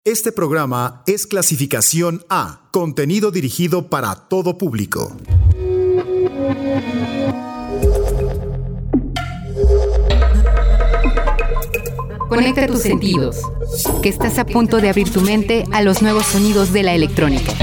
Este programa es clasificación A, contenido dirigido para todo público. Conecta tus sentidos, que estás a punto de abrir tu mente a los nuevos sonidos de la electrónica.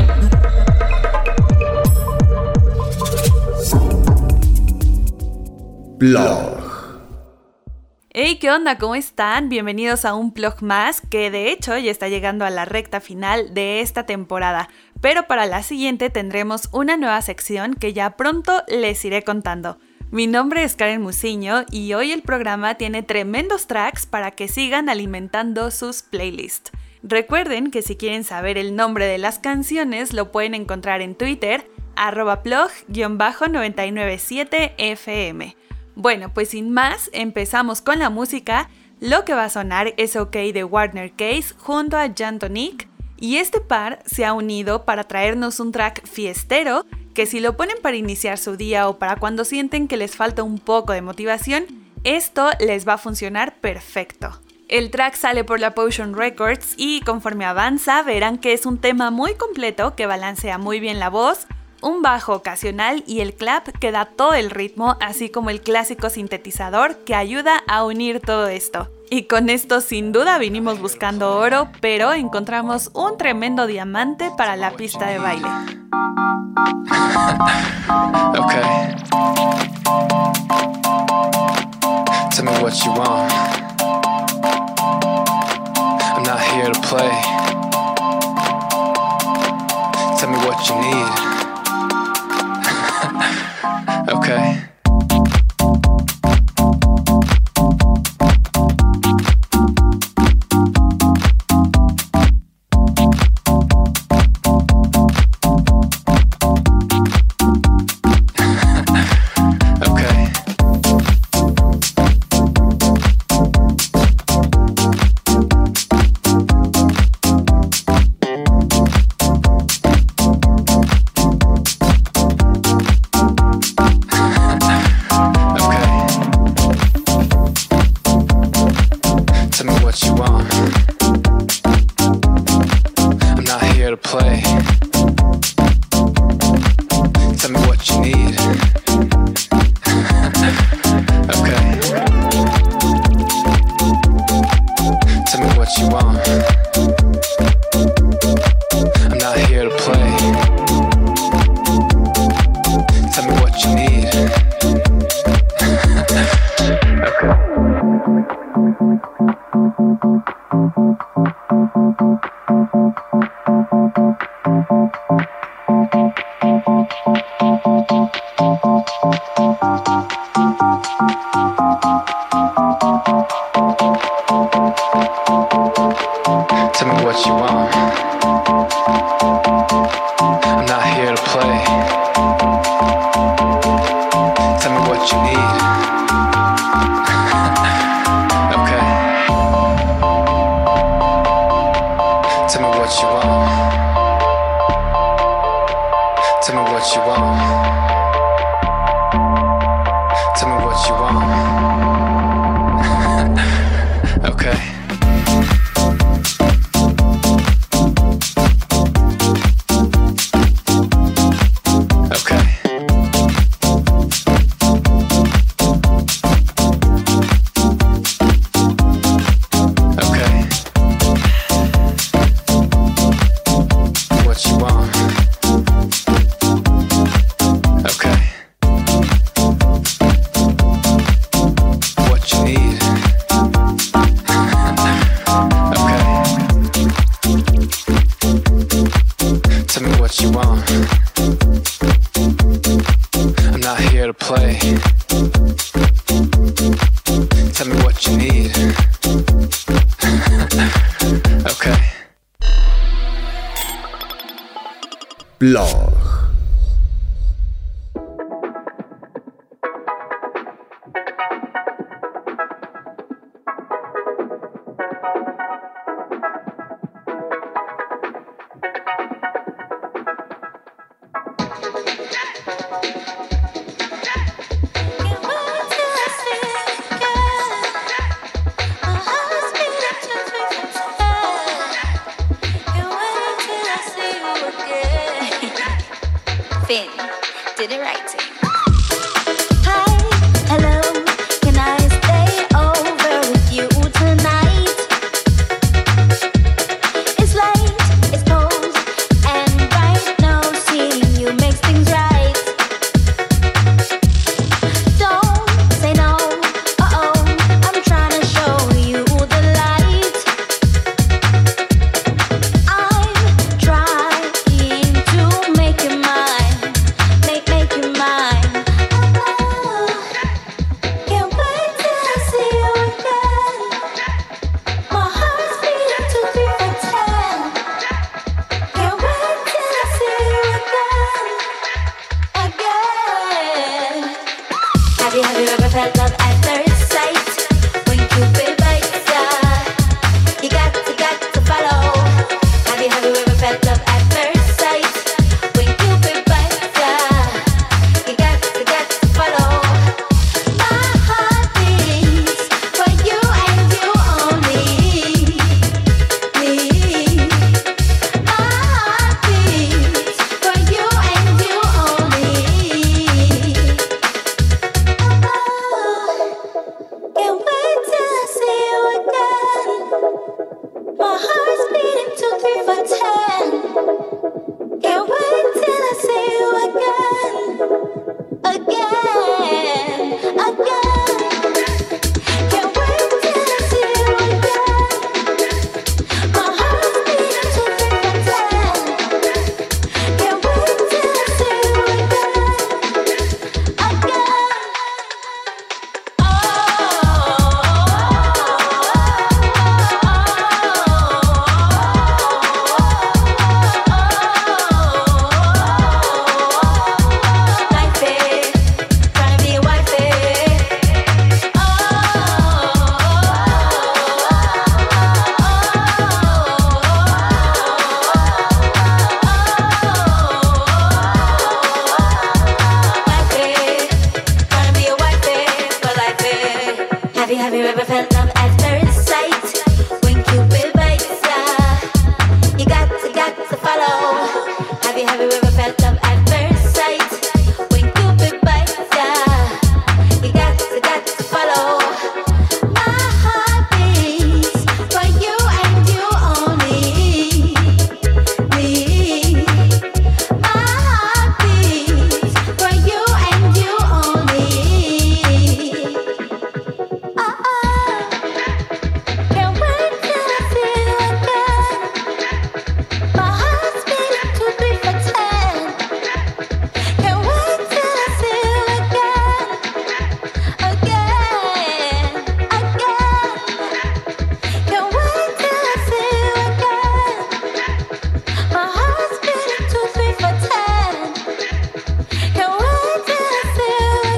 Plug. Hey, ¿qué onda? ¿Cómo están? Bienvenidos a un Plug más, que de hecho ya está llegando a la recta final de esta temporada. Pero para la siguiente tendremos una nueva sección que ya pronto les iré contando. Mi nombre es Karen Musiño y hoy el programa tiene tremendos tracks para que sigan alimentando sus playlists. Recuerden que si quieren saber el nombre de las canciones lo pueden encontrar en Twitter, @plug_997fm. Bueno, pues sin más, empezamos con la música. Lo que va a sonar es OK de Warner Case junto a Jan Tonic, y este par se ha unido para traernos un track fiestero que si lo ponen para iniciar su día o para cuando sienten que les falta un poco de motivación, esto les va a funcionar perfecto. El track sale por la Potion Records y conforme avanza verán que es un tema muy completo que balancea muy bien la voz, un bajo ocasional y el clap que da todo el ritmo, así como el clásico sintetizador que ayuda a unir todo esto. Y con esto sin duda vinimos buscando oro, pero encontramos un tremendo diamante para la pista de baile. Okay. Tell me what you want. I'm not here to play. Tell me what you need. Okay. Plug. Finn did the writing. Hi, hello, can I stay over with you tonight? It's late, it's cold, and right now seeing you makes things right. Don't say no, I'm trying to show you the light. I'm trying to make you mine, make you mine. Can't wait till I see you again. My heart's beating 2, 3, 4, 10. Can't wait till I see you again. Have you ever felt love at first sight? When Cupid bites ya, you got to follow. Have you ever felt love at first sight? When Cupid bites ya, you got to follow. My heart beats for you and you only. My heart beats for you and you only. Can't wait till I see you again. My heart's beating 2, 3, 4, 10. Can't wait till I see you again. Can't wait till I see you again. My heart's beating 2, 3, 4, 10. Can't wait till I see you again. Trying to be a wifey. Trying to be a wifey for life. Have you ever felt love at first sight? When Cupid bites ya, you got to follow. Have you ever felt love at first sight? When Cupid bites ya, you got to follow. My heart beats for you and you only. My heart beats for you and you only. Can't wait till I see you again. My heart's beating 2, 3, 4, 10. Can't wait till I see you again. Can't wait till I see you again. My heart's beating 2, 3, 4, 10. Can't wait till I see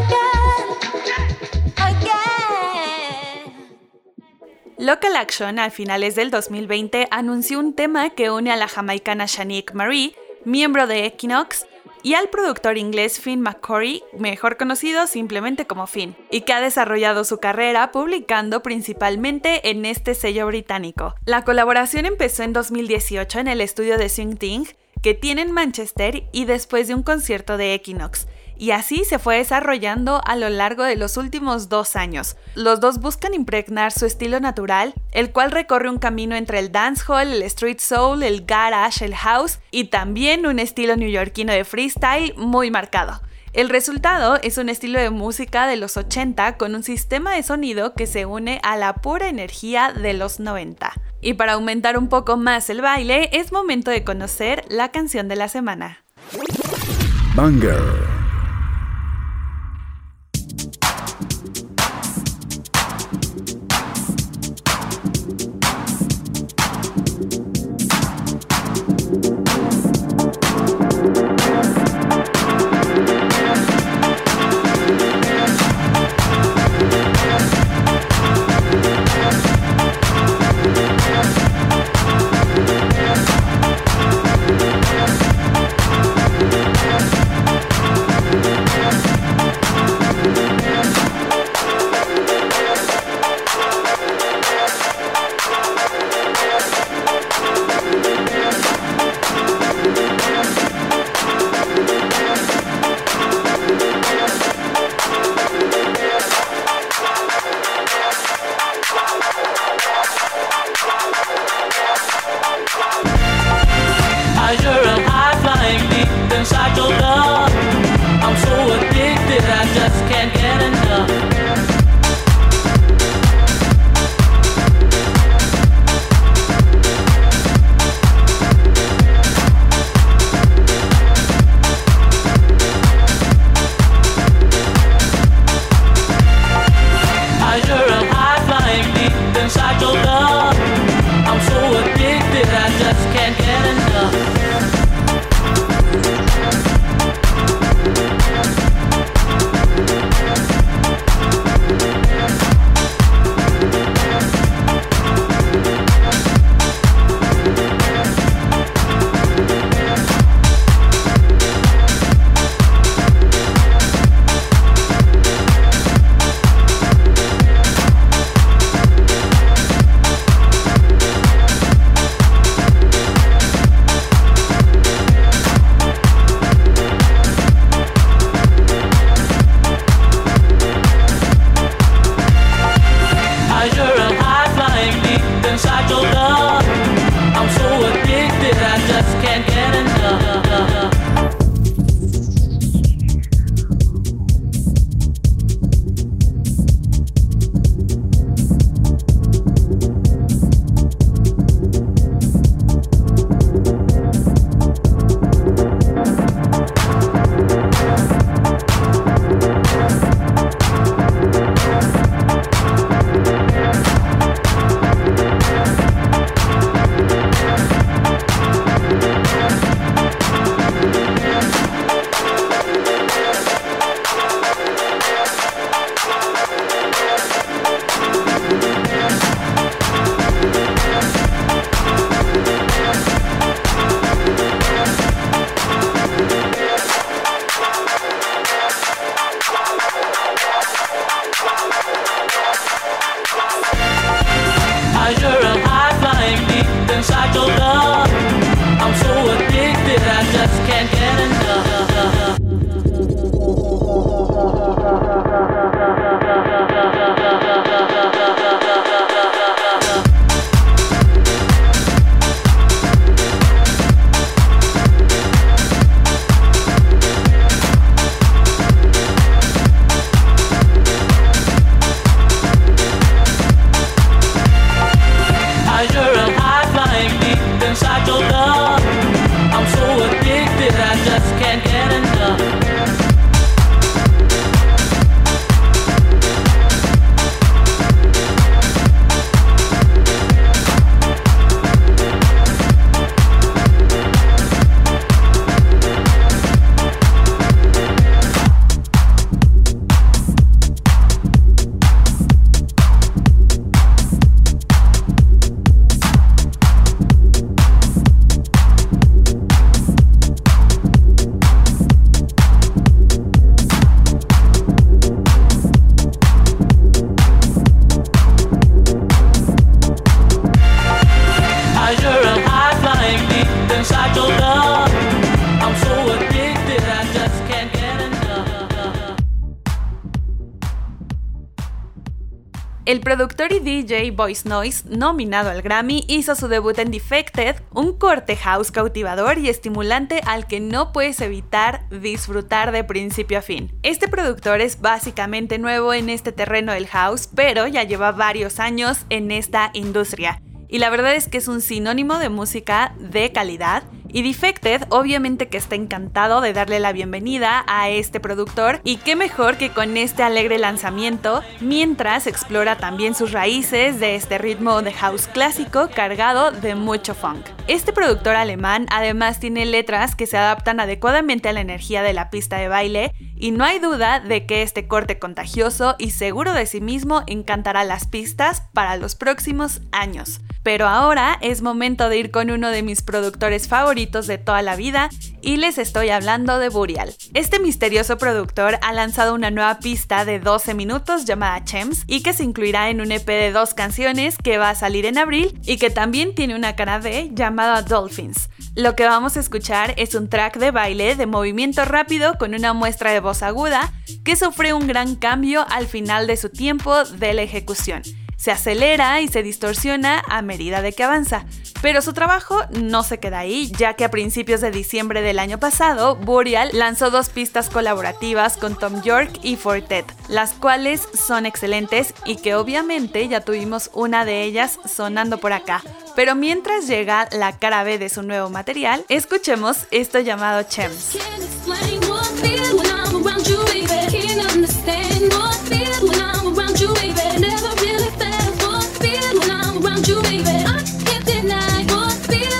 you again. Local Action a finales del 2020 anunció un tema que une a la jamaicana Shanique Marie, miembro de Equinox, y al productor inglés Finn McCrory, mejor conocido simplemente como Finn, y que ha desarrollado su carrera publicando principalmente en este sello británico. La colaboración empezó en 2018 en el estudio de Swing Thing, que tiene en Manchester, y después de un concierto de Equinox. Y así se fue desarrollando a lo largo de los últimos 2 años. Los dos buscan impregnar su estilo natural, el cual recorre un camino entre el dancehall, el street soul, el garage, el house y también un estilo neoyorquino de freestyle muy marcado. El resultado es un estilo de música de los 80 con un sistema de sonido que se une a la pura energía de los 90. Y para aumentar un poco más el baile, es momento de conocer la canción de la semana. Banger. just can't get enough. El productor y DJ Voice Noise, nominado al Grammy, hizo su debut en Defected, un corte house cautivador y estimulante al que no puedes evitar disfrutar de principio a fin. Este productor es básicamente nuevo en este terreno del house, pero ya lleva varios años en esta industria. Y la verdad es que es un sinónimo de música de calidad. Y Defected obviamente que está encantado de darle la bienvenida a este productor, y qué mejor que con este alegre lanzamiento, mientras explora también sus raíces de este ritmo de house clásico cargado de mucho funk. Este productor alemán además tiene letras que se adaptan adecuadamente a la energía de la pista de baile, y no hay duda de que este corte contagioso y seguro de sí mismo encantará las pistas para los próximos años. Pero ahora es momento de ir con uno de mis productores favoritos de toda la vida, y les estoy hablando de Burial. Este misterioso productor ha lanzado una nueva pista de 12 minutos llamada Chems, y que se incluirá en un EP de 2 canciones que va a salir en abril, y que también tiene una cara B llamada Dolphins. Lo que vamos a escuchar es un track de baile de movimiento rápido con una muestra de voz aguda que sufre un gran cambio al final de su tiempo de la ejecución. Se acelera y se distorsiona a medida de que avanza, pero su trabajo no se queda ahí, ya que a principios de diciembre del año pasado, Burial lanzó 2 pistas colaborativas con Tom York y Fortet, las cuales son excelentes y que obviamente ya tuvimos una de ellas sonando por acá. Pero mientras llega la cara B de su nuevo material, escuchemos esto llamado Chems. Around you, baby. I can't deny what I feel when I'm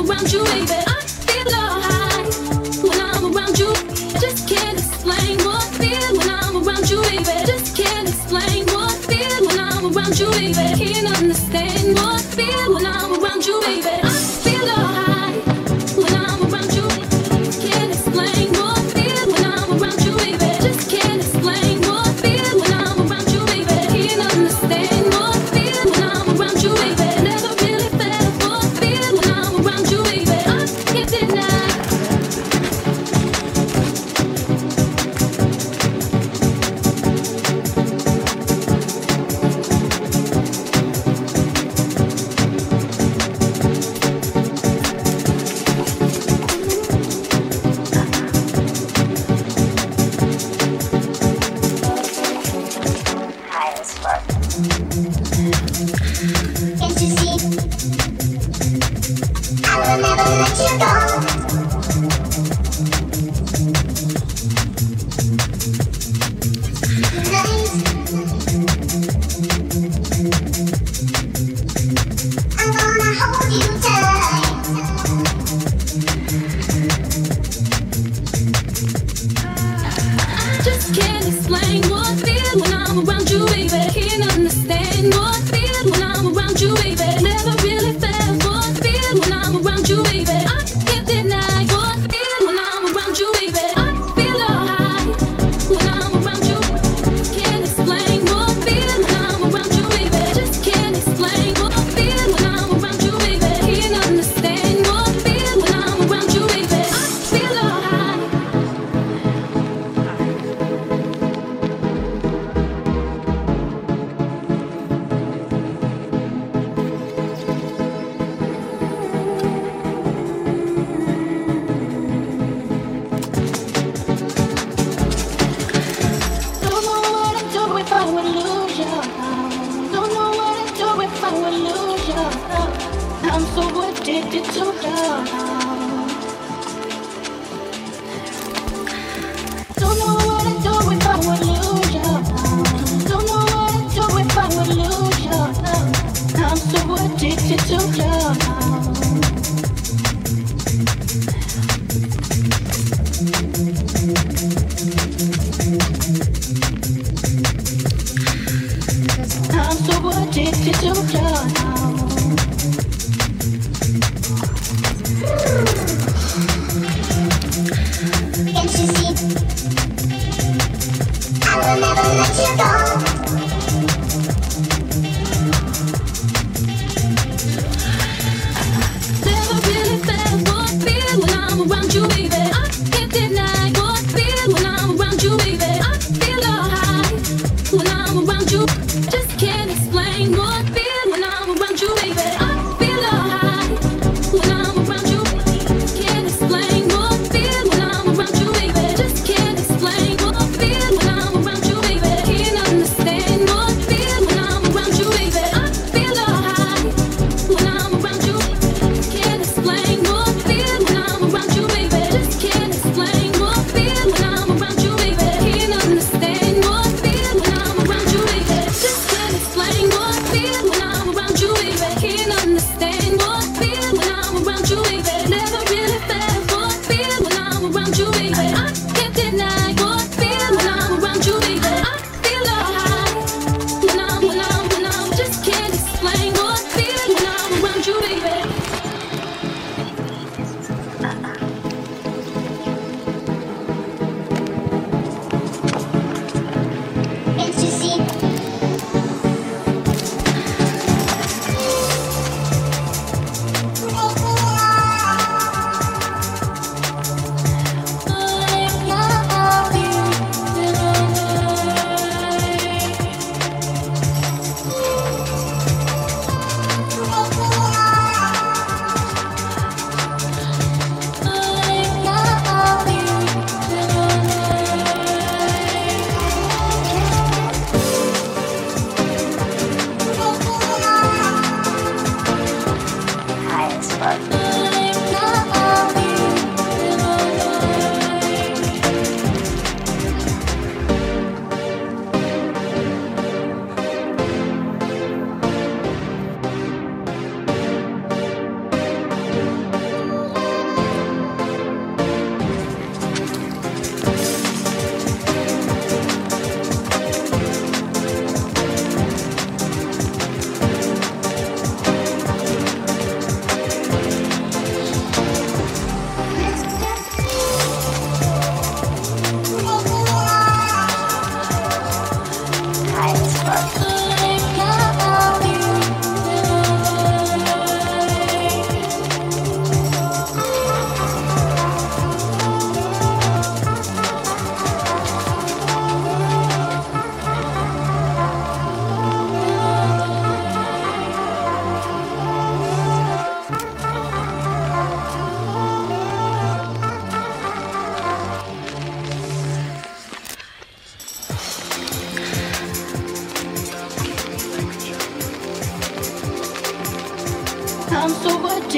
Just can't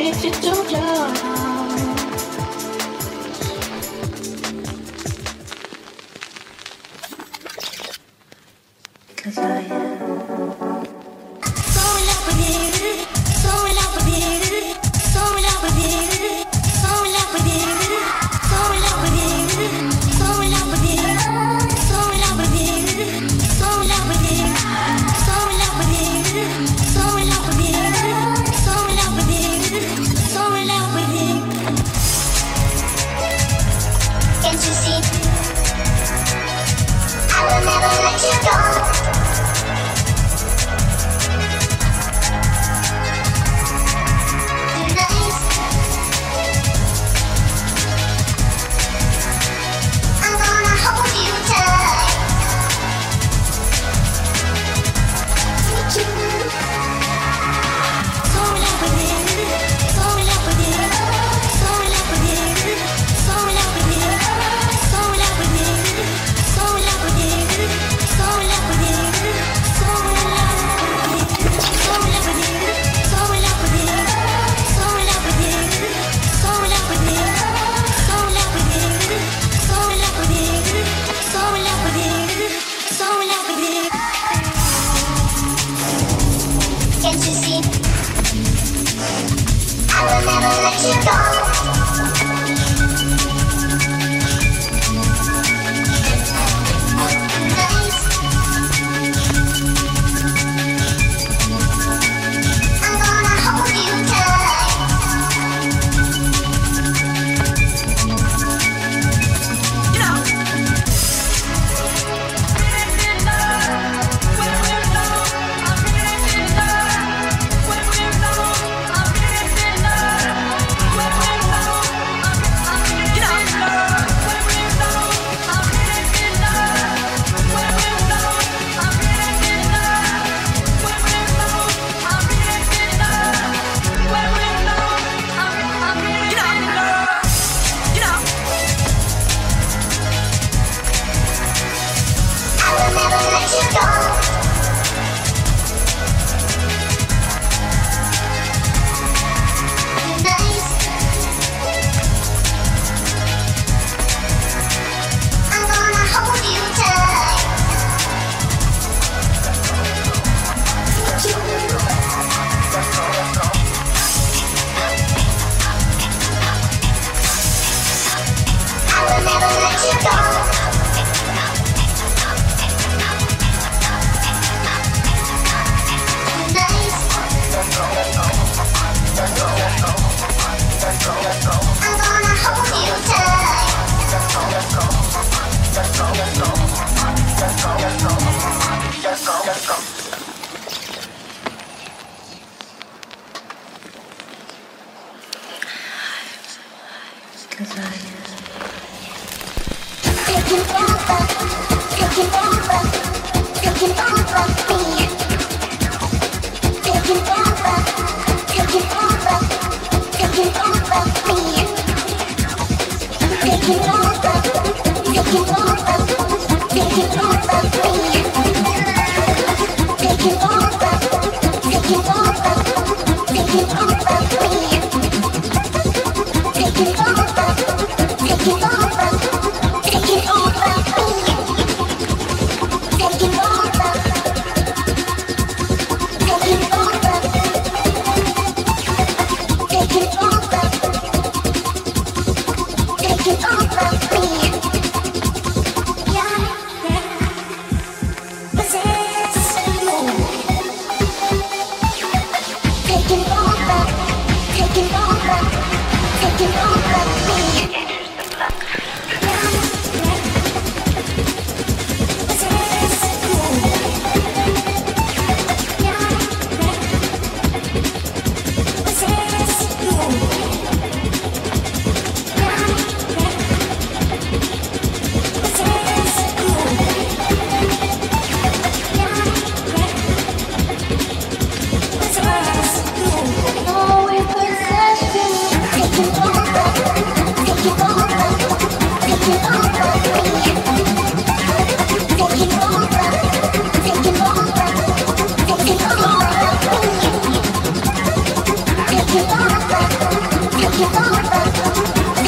Taking over me.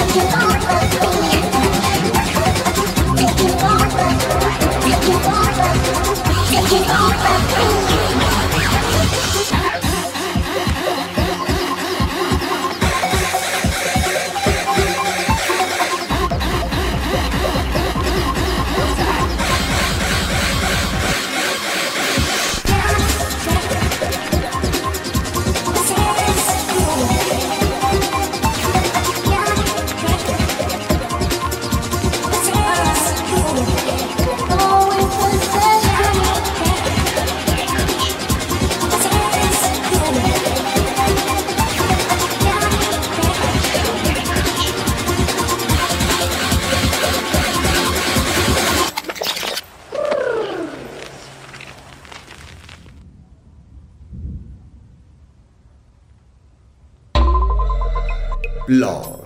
Log.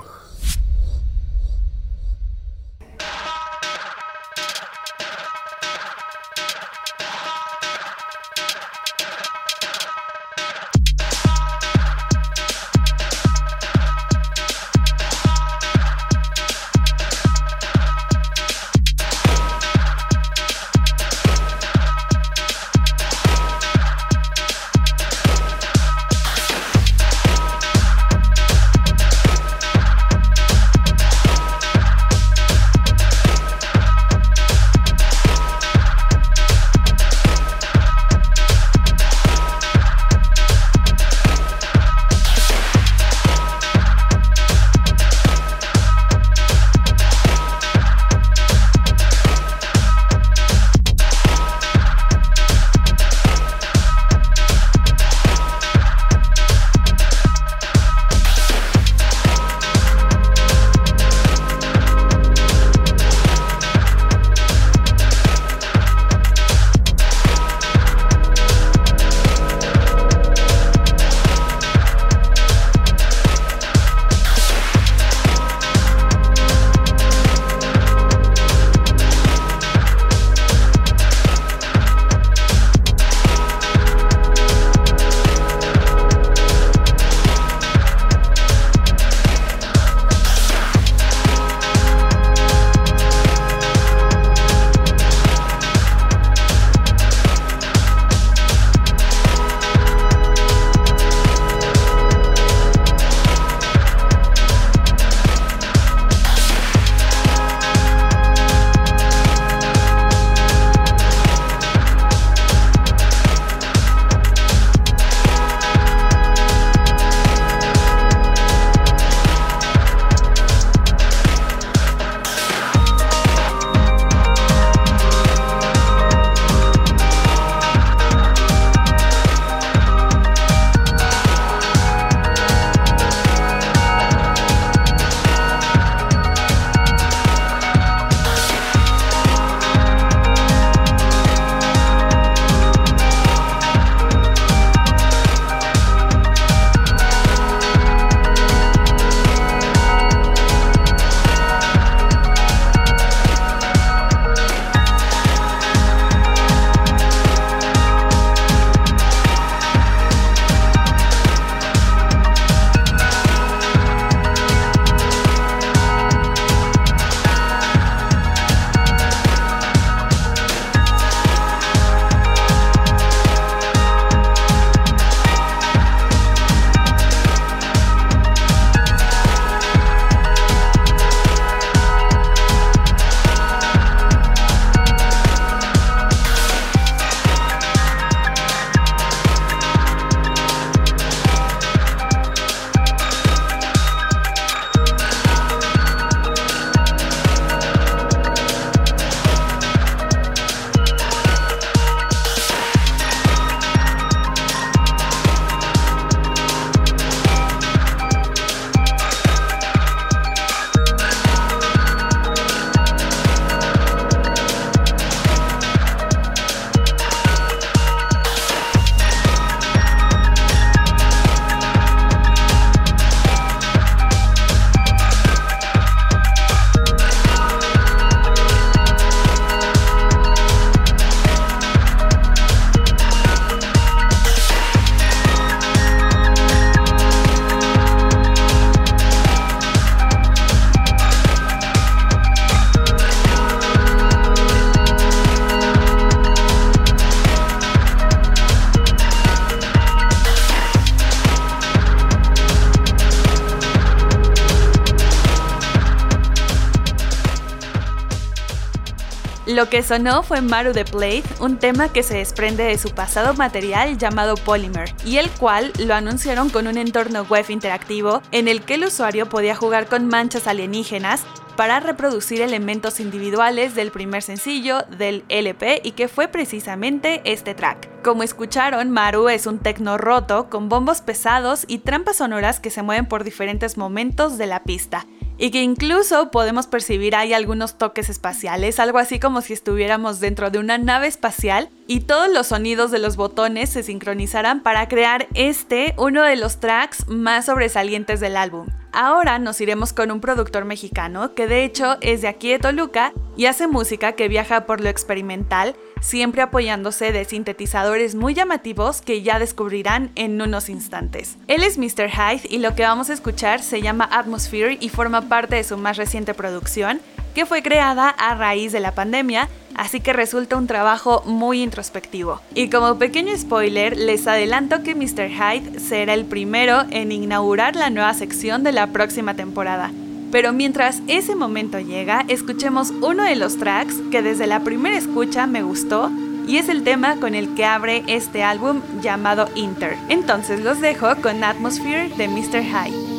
Lo que sonó fue Maru the Blade, un tema que se desprende de su pasado material llamado Polymer, y el cual lo anunciaron con un entorno web interactivo en el que el usuario podía jugar con manchas alienígenas para reproducir elementos individuales del primer sencillo del LP y que fue precisamente este track. Como escucharon, Maru es un techno roto con bombos pesados y trampas sonoras que se mueven por diferentes momentos de la pista. Y que incluso podemos percibir ahí algunos toques espaciales, algo así como si estuviéramos dentro de una nave espacial y todos los sonidos de los botones se sincronizaran para crear uno de los tracks más sobresalientes del álbum. Ahora nos iremos con un productor mexicano que de hecho es de aquí de Toluca y hace música que viaja por lo experimental, siempre apoyándose de sintetizadores muy llamativos que ya descubrirán en unos instantes. Él es Mr. Hyde y lo que vamos a escuchar se llama Atmosphere y forma parte de su más reciente producción, que fue creada a raíz de la pandemia, así que resulta un trabajo muy introspectivo. Y como pequeño spoiler, les adelanto que Mr. Hyde será el primero en inaugurar la nueva sección de la próxima temporada. Pero mientras ese momento llega, escuchemos uno de los tracks que desde la primera escucha me gustó y es el tema con el que abre este álbum llamado Inter. Entonces los dejo con Atmosphere de Mr. Hyde.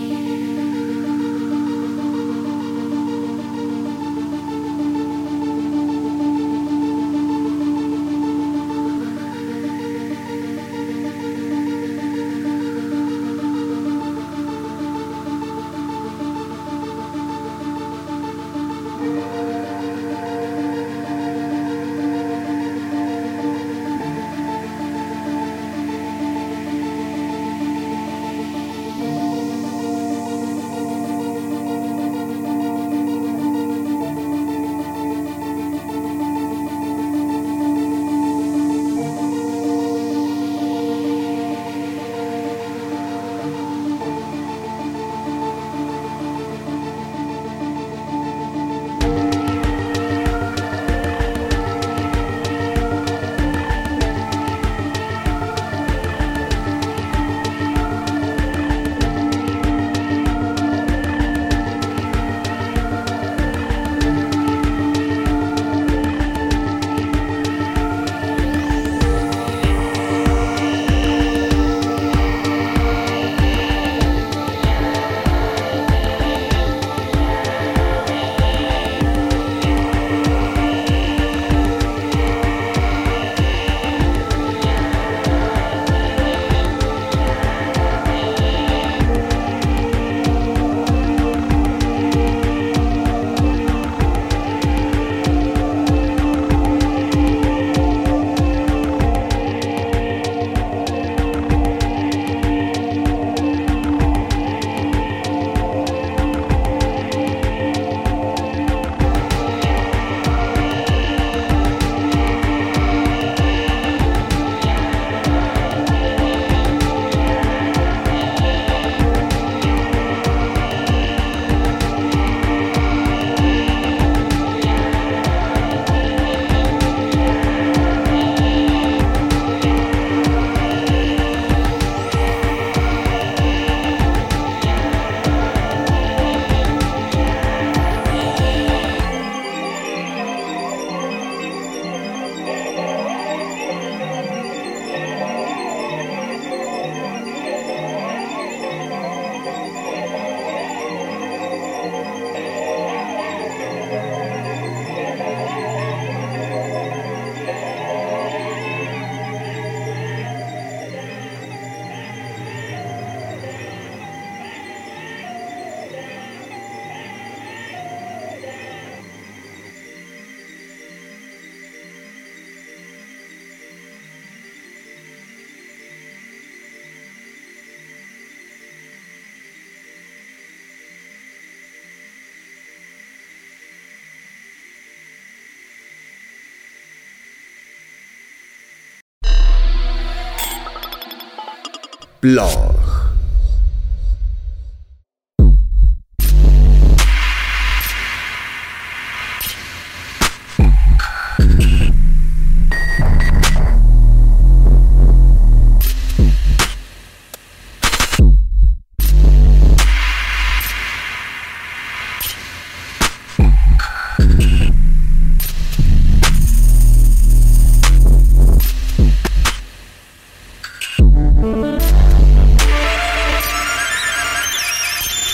Blog.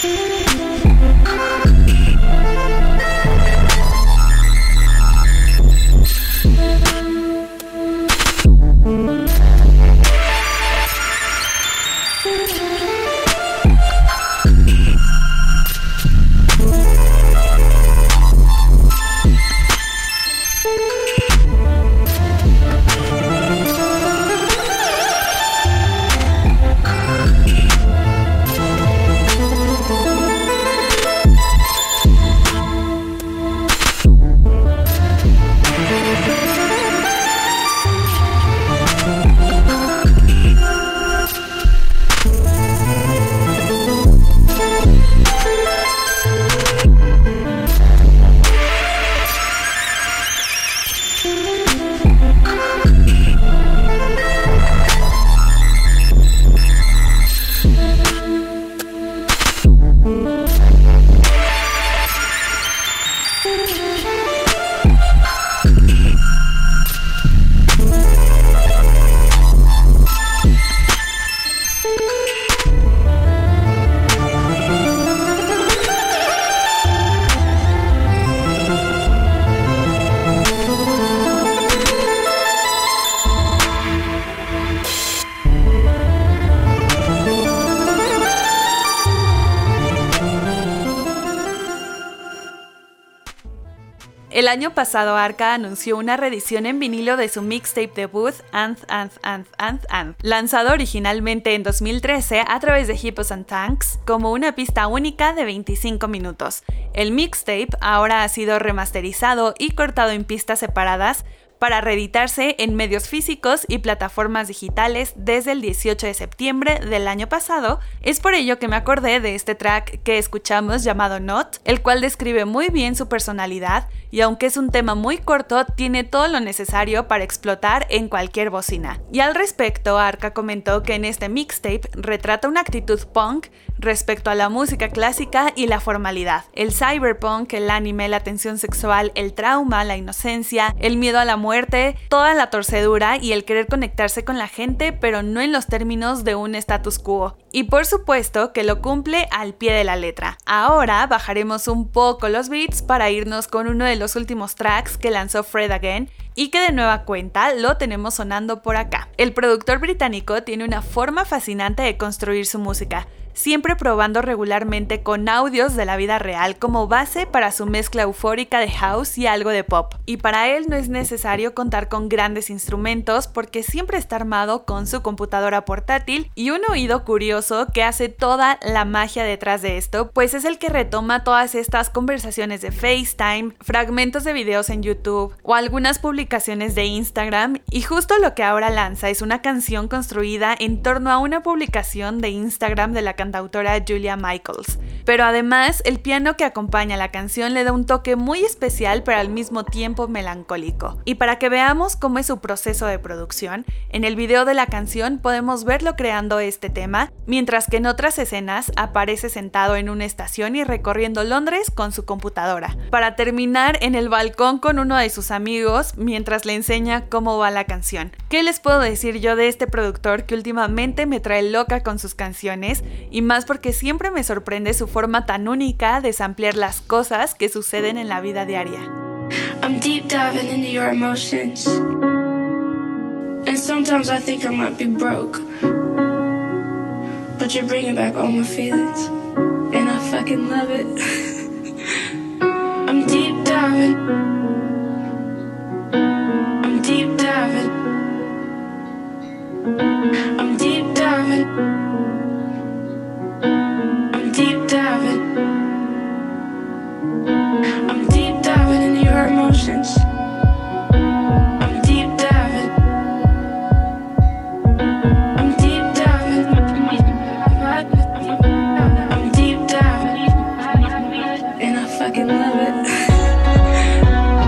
El año pasado Arca anunció una reedición en vinilo de su mixtape debut Anth, lanzado originalmente en 2013 a través de Hippos and Tanks como una pista única de 25 minutos. El mixtape ahora ha sido remasterizado y cortado en pistas separadas para reeditarse en medios físicos y plataformas digitales desde el 18 de septiembre del año pasado. Es por ello que me acordé de este track que escuchamos llamado Not, el cual describe muy bien su personalidad y aunque es un tema muy corto, tiene todo lo necesario para explotar en cualquier bocina. Y al respecto, Arca comentó que en este mixtape retrata una actitud punk respecto a la música clásica y la formalidad. El cyberpunk, el anime, la tensión sexual, el trauma, la inocencia, el miedo a la muerte, toda la torcedura y el querer conectarse con la gente, pero no en los términos de un status quo. Y por supuesto que lo cumple al pie de la letra. Ahora bajaremos un poco los beats para irnos con uno de los últimos tracks que lanzó Fred Again y que de nueva cuenta lo tenemos sonando por acá. El productor británico tiene una forma fascinante de construir su música, siempre probando regularmente con audios de la vida real como base para su mezcla eufórica de house y algo de pop. Y para él no es necesario contar con grandes instrumentos porque siempre está armado con su computadora portátil y un oído curioso que hace toda la magia detrás de esto, pues es el que retoma todas estas conversaciones de FaceTime, fragmentos de videos en YouTube o algunas publicaciones de Instagram, y justo lo que ahora lanza es una canción construida en torno a una publicación de Instagram de la cantautora Julia Michaels. Pero además, el piano que acompaña la canción le da un toque muy especial pero al mismo tiempo melancólico. Y para que veamos cómo es su proceso de producción, en el video de la canción podemos verlo creando este tema, mientras que en otras escenas aparece sentado en una estación y recorriendo Londres con su computadora, para terminar en el balcón con uno de sus amigos mientras le enseña cómo va la canción. ¿Qué les puedo decir yo de este productor que últimamente me trae loca con sus canciones? Y más porque siempre me sorprende su forma tan única de samplear las cosas que suceden en la vida diaria. I'm deep diving into your emotions, and sometimes I think I might be broke, but you're bringing back all my feelings, and I fucking love it. I'm deep diving, I'm deep diving, I'm deep diving, I'm deep diving, I'm deep diving into your emotions. I'm deep diving, I'm deep diving, I'm deep diving, and I fucking love it.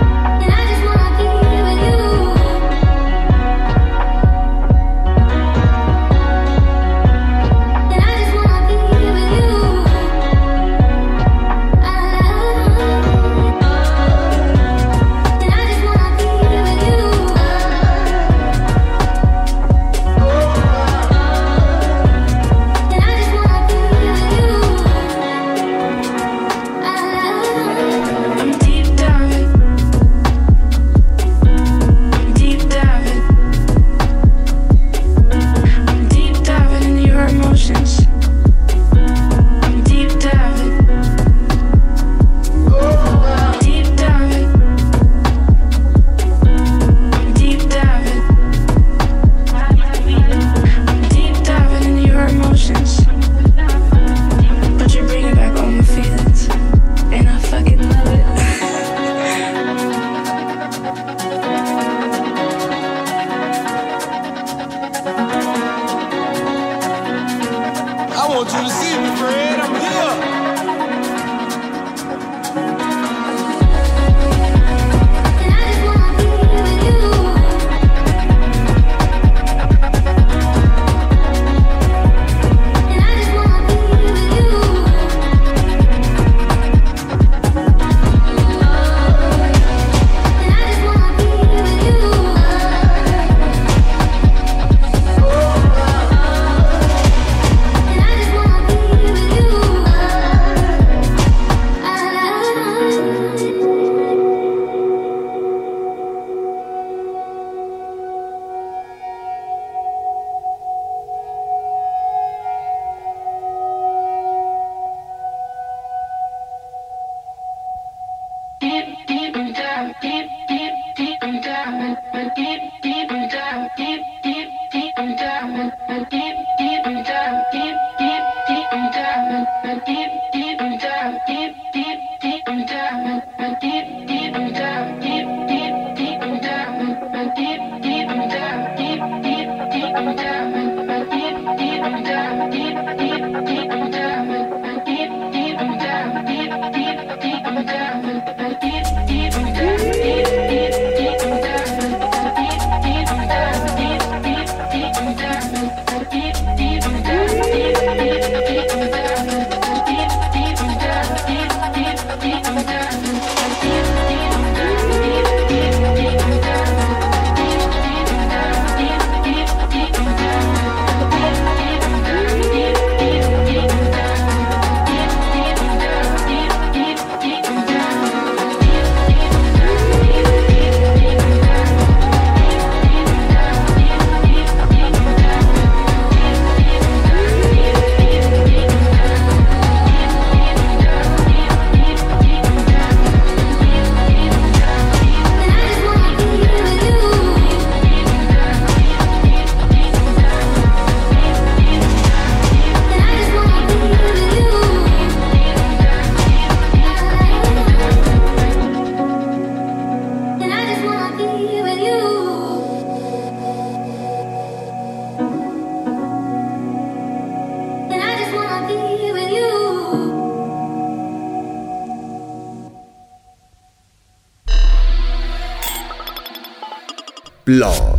Blog.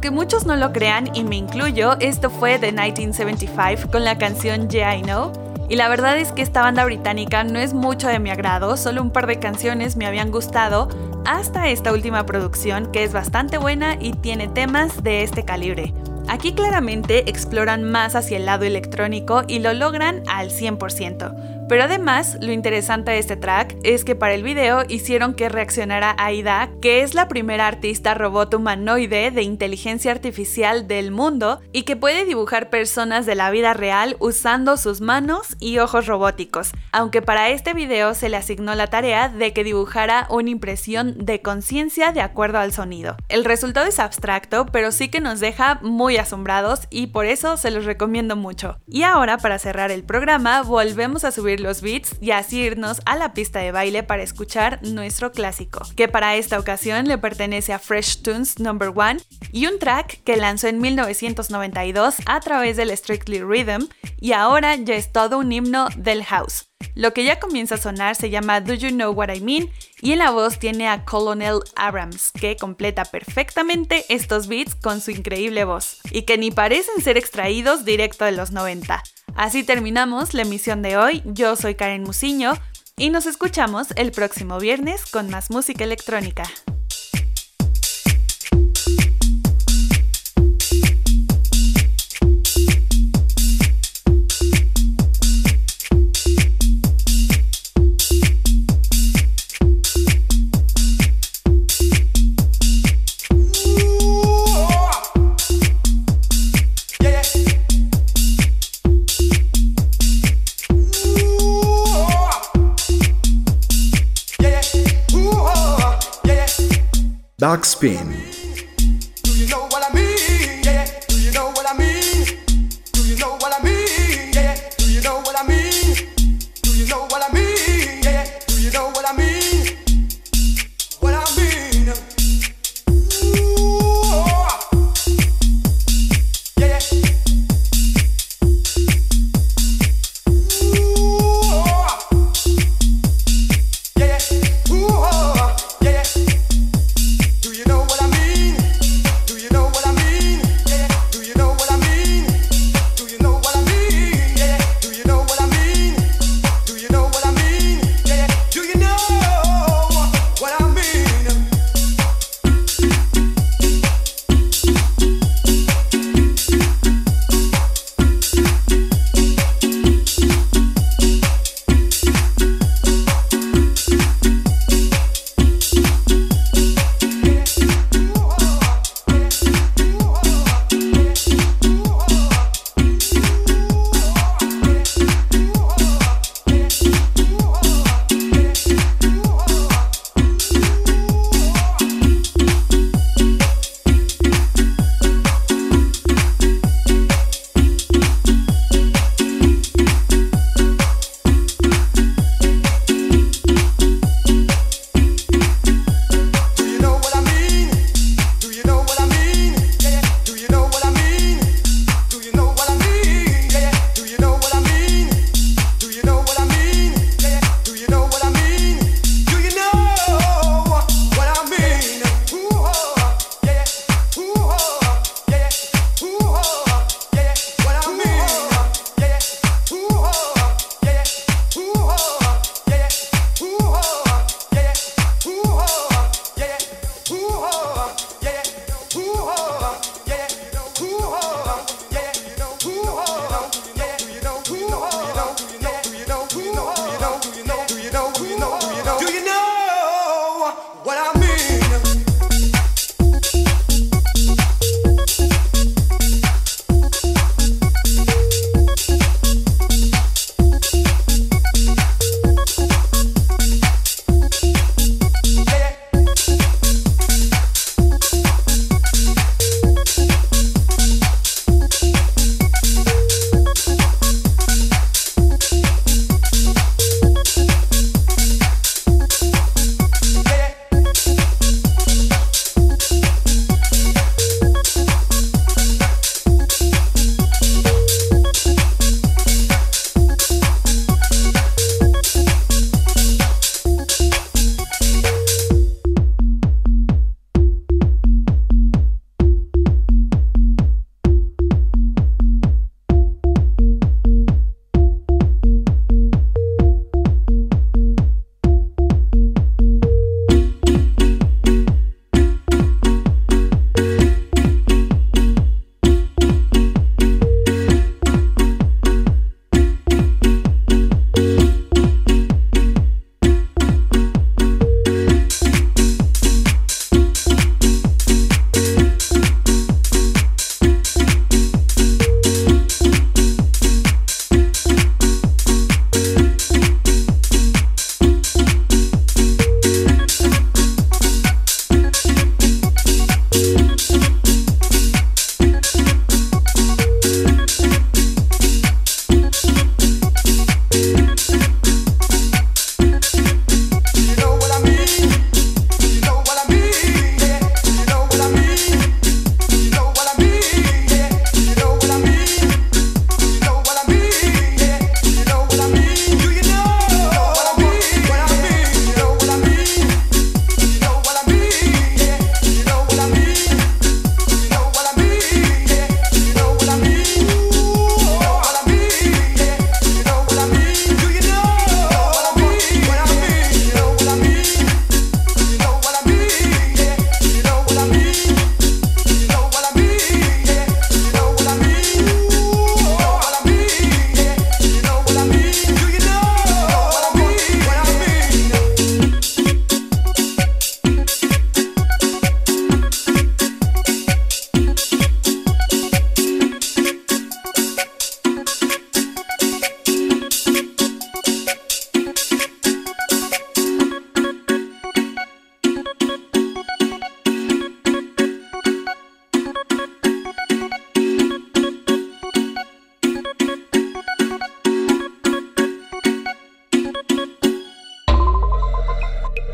Aunque muchos no lo crean y me incluyo, esto fue de 1975 con la canción Yeah I Know. Y la verdad es que esta banda británica no es mucho de mi agrado, solo un par de canciones me habían gustado hasta esta última producción, que es bastante buena y tiene temas de este calibre. Aquí claramente exploran más hacia el lado electrónico y lo logran al 100%. Pero además, lo interesante de este track es que para el video hicieron que reaccionara Aida, que es la primera artista robot humanoide de inteligencia artificial del mundo y que puede dibujar personas de la vida real usando sus manos y ojos robóticos, aunque para este video se le asignó la tarea de que dibujara una impresión de conciencia de acuerdo al sonido. El resultado es abstracto, pero sí que nos deja muy asombrados y por eso se los recomiendo mucho. Y ahora, para cerrar el programa, volvemos a subir los beats y así irnos a la pista de baile para escuchar nuestro clásico, que para esta ocasión le pertenece a Fresh Tunes No. 1 y un track que lanzó en 1992 a través del Strictly Rhythm y ahora ya es todo un himno del house. Lo que ya comienza a sonar se llama Do You Know What I Mean y en la voz tiene a Colonel Abrams, que completa perfectamente estos beats con su increíble voz y que ni parecen ser extraídos directo de los 90. Así terminamos la emisión de hoy. Yo soy Karen Musiño y nos escuchamos el próximo viernes con más música electrónica. Backspin. Do you know what I mean? Yeah. Do you know what I mean? Do you know what I mean? Yeah. Do you know what I mean? Do you know what I mean? Yeah. Do you know what I mean? What I mean? Ooh, yeah. Ooh, yeah. Ooh, yeah. Do you know what I mean?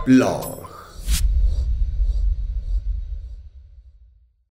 Love.